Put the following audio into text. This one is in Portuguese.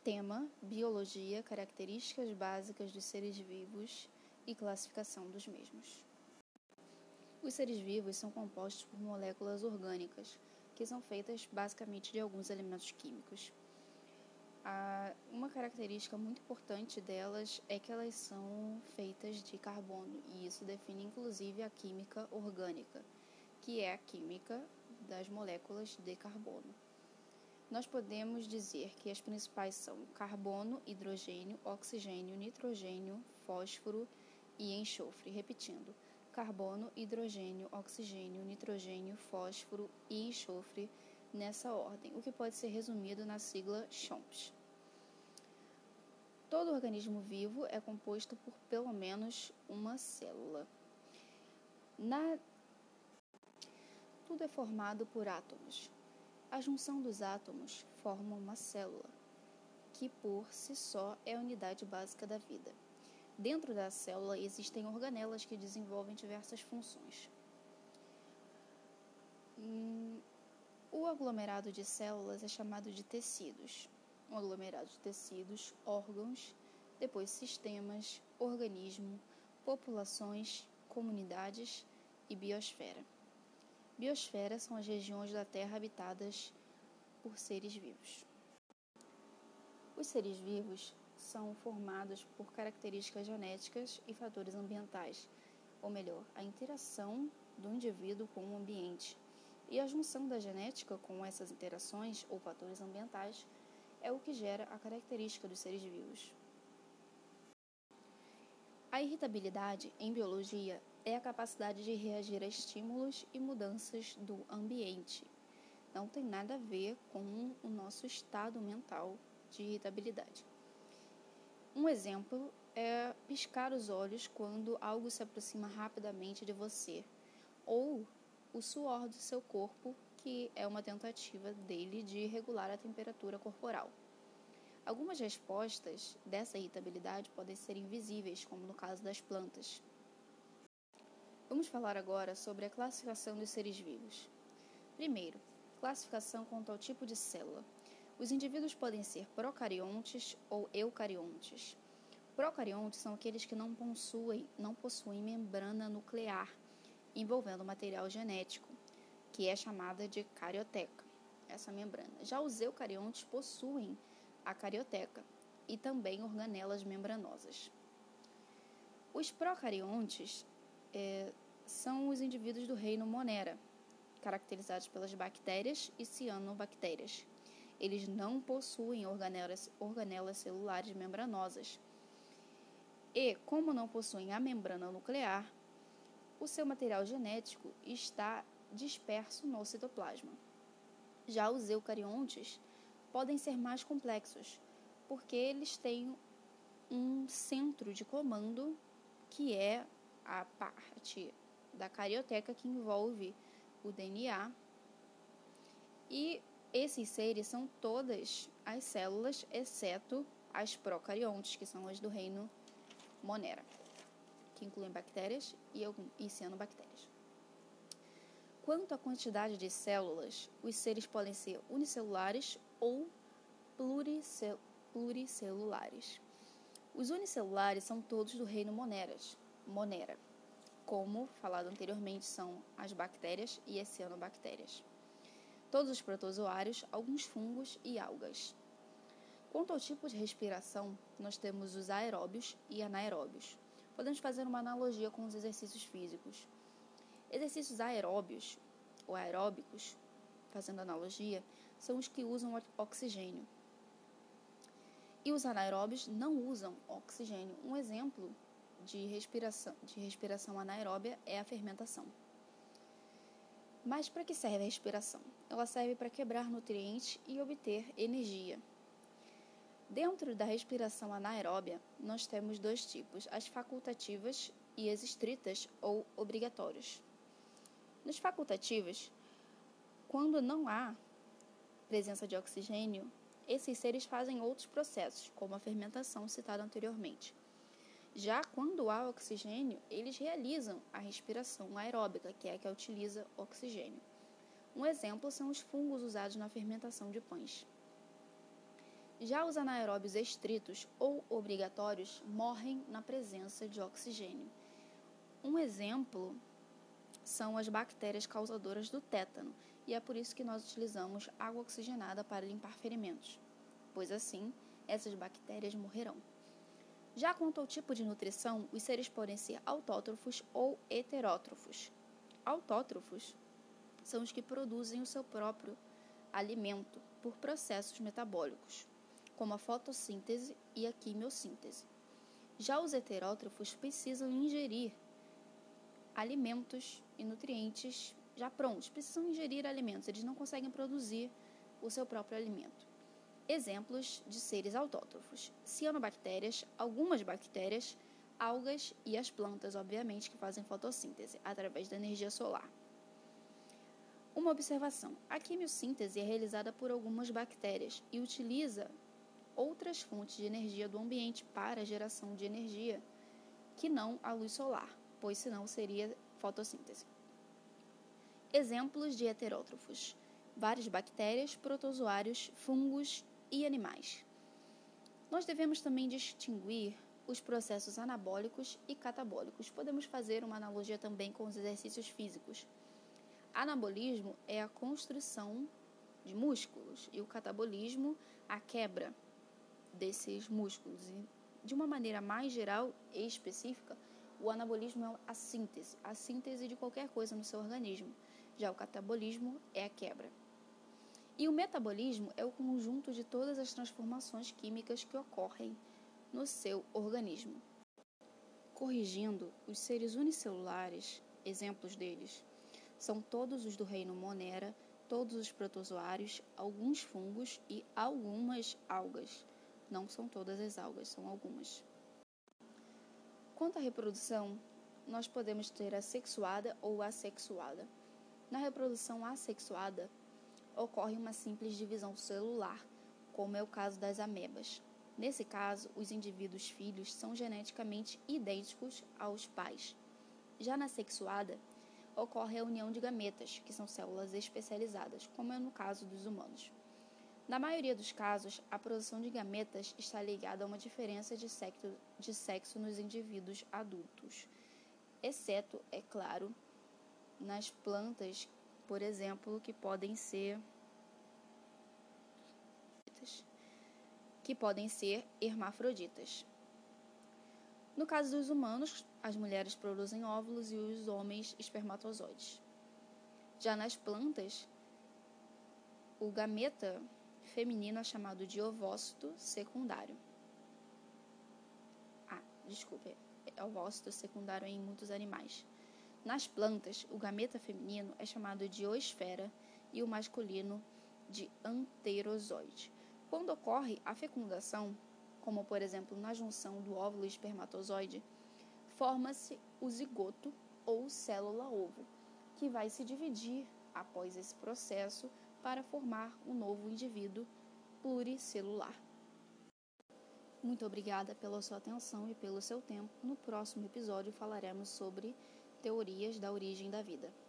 Tema: Biologia, características básicas dos seres vivos e classificação dos mesmos. Os seres vivos são compostos por moléculas orgânicas, que são feitas basicamente de alguns elementos químicos. Uma característica muito importante delas é que elas são feitas de carbono, e isso define inclusive a química orgânica, que é a química das moléculas de carbono. Nós podemos dizer que as principais são carbono, hidrogênio, oxigênio, nitrogênio, fósforo e enxofre. Repetindo, carbono, hidrogênio, oxigênio, nitrogênio, fósforo e enxofre nessa ordem, o que pode ser resumido na sigla CHOMPS. Todo organismo vivo é composto por pelo menos uma célula. Tudo é formado por átomos. A junção dos átomos forma uma célula, que por si só é a unidade básica da vida. Dentro da célula existem organelas que desenvolvem diversas funções. O aglomerado de células é chamado de tecidos. Um aglomerado de tecidos, órgãos, depois sistemas, organismo, populações, comunidades e biosfera. Biosfera são as regiões da Terra habitadas por seres vivos. Os seres vivos são formados por características genéticas e fatores ambientais, ou melhor, a interação do indivíduo com o ambiente. E a junção da genética com essas interações ou fatores ambientais é o que gera a característica dos seres vivos. A irritabilidade, em biologia, é a capacidade de reagir a estímulos e mudanças do ambiente. Não tem nada a ver com o nosso estado mental de irritabilidade. Um exemplo é piscar os olhos quando algo se aproxima rapidamente de você, ou o suor do seu corpo, que é uma tentativa dele de regular a temperatura corporal. Algumas respostas dessa irritabilidade podem ser invisíveis, como no caso das plantas. Vamos falar agora sobre a classificação dos seres vivos. Primeiro, classificação quanto ao tipo de célula. Os indivíduos podem ser procariontes ou eucariontes. Procariontes são aqueles que não possuem membrana nuclear envolvendo material genético, que é chamada de carioteca, essa membrana. Já os eucariontes possuem a carioteca e também organelas membranosas. Os procariontes são os indivíduos do reino Monera, caracterizados pelas bactérias e cianobactérias. Eles não possuem organelas celulares membranosas. E, como não possuem a membrana nuclear, o seu material genético está disperso no citoplasma. Já os eucariontes podem ser mais complexos, porque eles têm um centro de comando, que é a parte da carioteca que envolve o DNA, e esses seres são todas as células, exceto as procariontes, que são as do reino Monera, que incluem bactérias e cianobactérias. Quanto à quantidade de células, os seres podem ser unicelulares ou pluricelulares. Os unicelulares são todos do reino Monera. Como falado anteriormente, são as bactérias e as cianobactérias. Todos os protozoários, alguns fungos e algas. Quanto ao tipo de respiração, nós temos os aeróbios e anaeróbios. Podemos fazer uma analogia com os exercícios físicos. Exercícios aeróbios ou aeróbicos, fazendo analogia, são os que usam oxigênio. E os anaeróbios não usam oxigênio. Um exemplo de respiração anaeróbia é a fermentação. Mas para que serve a respiração? Ela serve para quebrar nutrientes e obter energia. Dentro da respiração anaeróbia, nós temos dois tipos, as facultativas e as estritas ou obrigatórias. Nas facultativas, quando não há presença de oxigênio, esses seres fazem outros processos, como a fermentação citada anteriormente. Já quando há oxigênio, eles realizam a respiração aeróbica, que é a que utiliza oxigênio. Um exemplo são os fungos usados na fermentação de pães. Já os anaeróbios estritos ou obrigatórios morrem na presença de oxigênio. Um exemplo são as bactérias causadoras do tétano, e é por isso que nós utilizamos água oxigenada para limpar ferimentos, pois assim essas bactérias morrerão. Já quanto ao tipo de nutrição, os seres podem ser autótrofos ou heterótrofos. Autótrofos são os que produzem o seu próprio alimento por processos metabólicos, como a fotossíntese e a quimiossíntese. Já os heterótrofos precisam ingerir alimentos e nutrientes já prontos, precisam ingerir alimentos, eles não conseguem produzir o seu próprio alimento. Exemplos de seres autótrofos: cianobactérias, algumas bactérias, algas e as plantas, obviamente, que fazem fotossíntese através da energia solar. Uma observação: a quimiossíntese é realizada por algumas bactérias e utiliza outras fontes de energia do ambiente para a geração de energia, que não a luz solar, pois senão seria fotossíntese. Exemplos de heterótrofos: várias bactérias, protozoários, fungos e animais. Nós devemos também distinguir os processos anabólicos e catabólicos. Podemos fazer uma analogia também com os exercícios físicos. Anabolismo é a construção de músculos e o catabolismo a quebra desses músculos. E, de uma maneira mais geral e específica, o anabolismo é a síntese de qualquer coisa no seu organismo. Já o catabolismo é a quebra. E o metabolismo é o conjunto de todas as transformações químicas que ocorrem no seu organismo. Corrigindo, os seres unicelulares, exemplos deles, são todos os do reino Monera, todos os protozoários, alguns fungos e algumas algas. Não são todas as algas, são algumas. Quanto à reprodução, nós podemos ter a sexuada ou assexuada. Na reprodução assexuada, ocorre uma simples divisão celular, como é o caso das amebas. Nesse caso, os indivíduos filhos são geneticamente idênticos aos pais. Já na sexuada, ocorre a união de gametas, que são células especializadas, como é no caso dos humanos. Na maioria dos casos, a produção de gametas está ligada a uma diferença de sexo nos indivíduos adultos, exceto, é claro, nas plantas, por exemplo, que podem ser hermafroditas. No caso dos humanos, as mulheres produzem óvulos e os homens espermatozoides. Já nas plantas, o gameta feminino é chamado de ovócito secundário. É ovócito secundário em muitos animais. Nas plantas, o gameta feminino é chamado de oosfera e o masculino de anterozoide. Quando ocorre a fecundação, como por exemplo na junção do óvulo e espermatozoide, forma-se o zigoto ou célula-ovo, que vai se dividir após esse processo para formar um novo indivíduo pluricelular. Muito obrigada pela sua atenção e pelo seu tempo. No próximo episódio falaremos sobre teorias da origem da vida.